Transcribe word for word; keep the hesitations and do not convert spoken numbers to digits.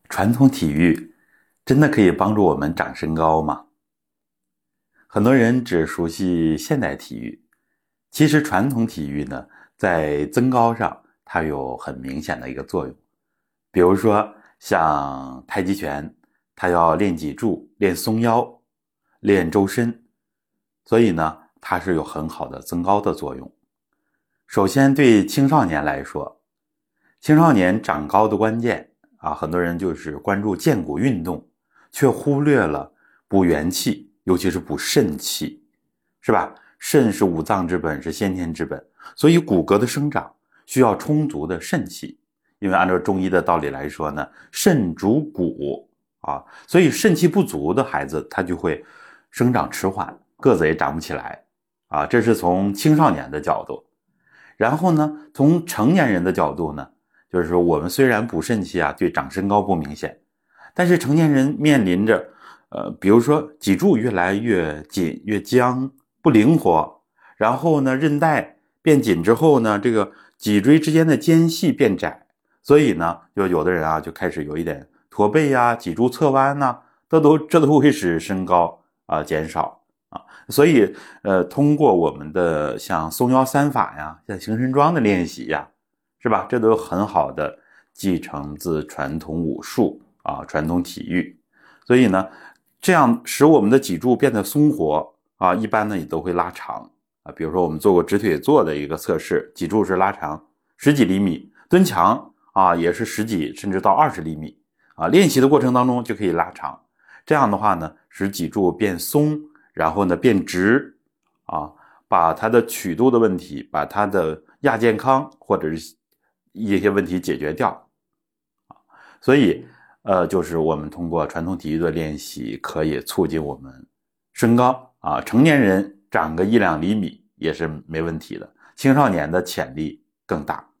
传统体育真的可以帮助我们长身高吗？很多人只熟悉现代体育，其实传统体育呢，在增高上它有很明显的一个作用。比如说像太极拳，它要练脊柱、练松腰、练周身，所以呢，它是有很好的增高的作用。首先对青少年来说，青少年长高的关键啊，很多人就是关注健骨运动，却忽略了补元气，尤其是补肾气，是吧？肾是五脏之本，是先天之本，所以骨骼的生长需要充足的肾气。因为按照中医的道理来说呢，肾主骨啊，所以肾气不足的孩子，他就会生长迟缓，个子也长不起来啊。这是从青少年的角度。然后呢，从成年人的角度呢，就是说我们虽然补肾气啊，对长身高不明显，但是成年人面临着呃，比如说脊柱越来越紧越僵不灵活，然后呢韧带变紧之后呢，这个脊椎之间的间隙变窄，所以呢就有的人啊就开始有一点驼背啊，脊柱侧弯啊，这都这都会使身高啊、呃、减少啊。所以呃通过我们的像松腰三法呀，像行神桩的练习呀，是吧？这都很好的继承自传统武术啊，传统体育。所以呢，这样使我们的脊柱变得松活啊，一般呢也都会拉长啊。比如说我们做过直腿坐的一个测试，脊柱是拉长十几厘米，蹲墙啊也是十几甚至到二十厘米啊。练习的过程当中就可以拉长，这样的话呢，使脊柱变松，然后呢变直啊，把它的曲度的问题，把它的亚健康或者是一些问题解决掉。所以呃，就是我们通过传统体育的练习，可以促进我们身高啊。成年人长个一两厘米也是没问题的，青少年的潜力更大。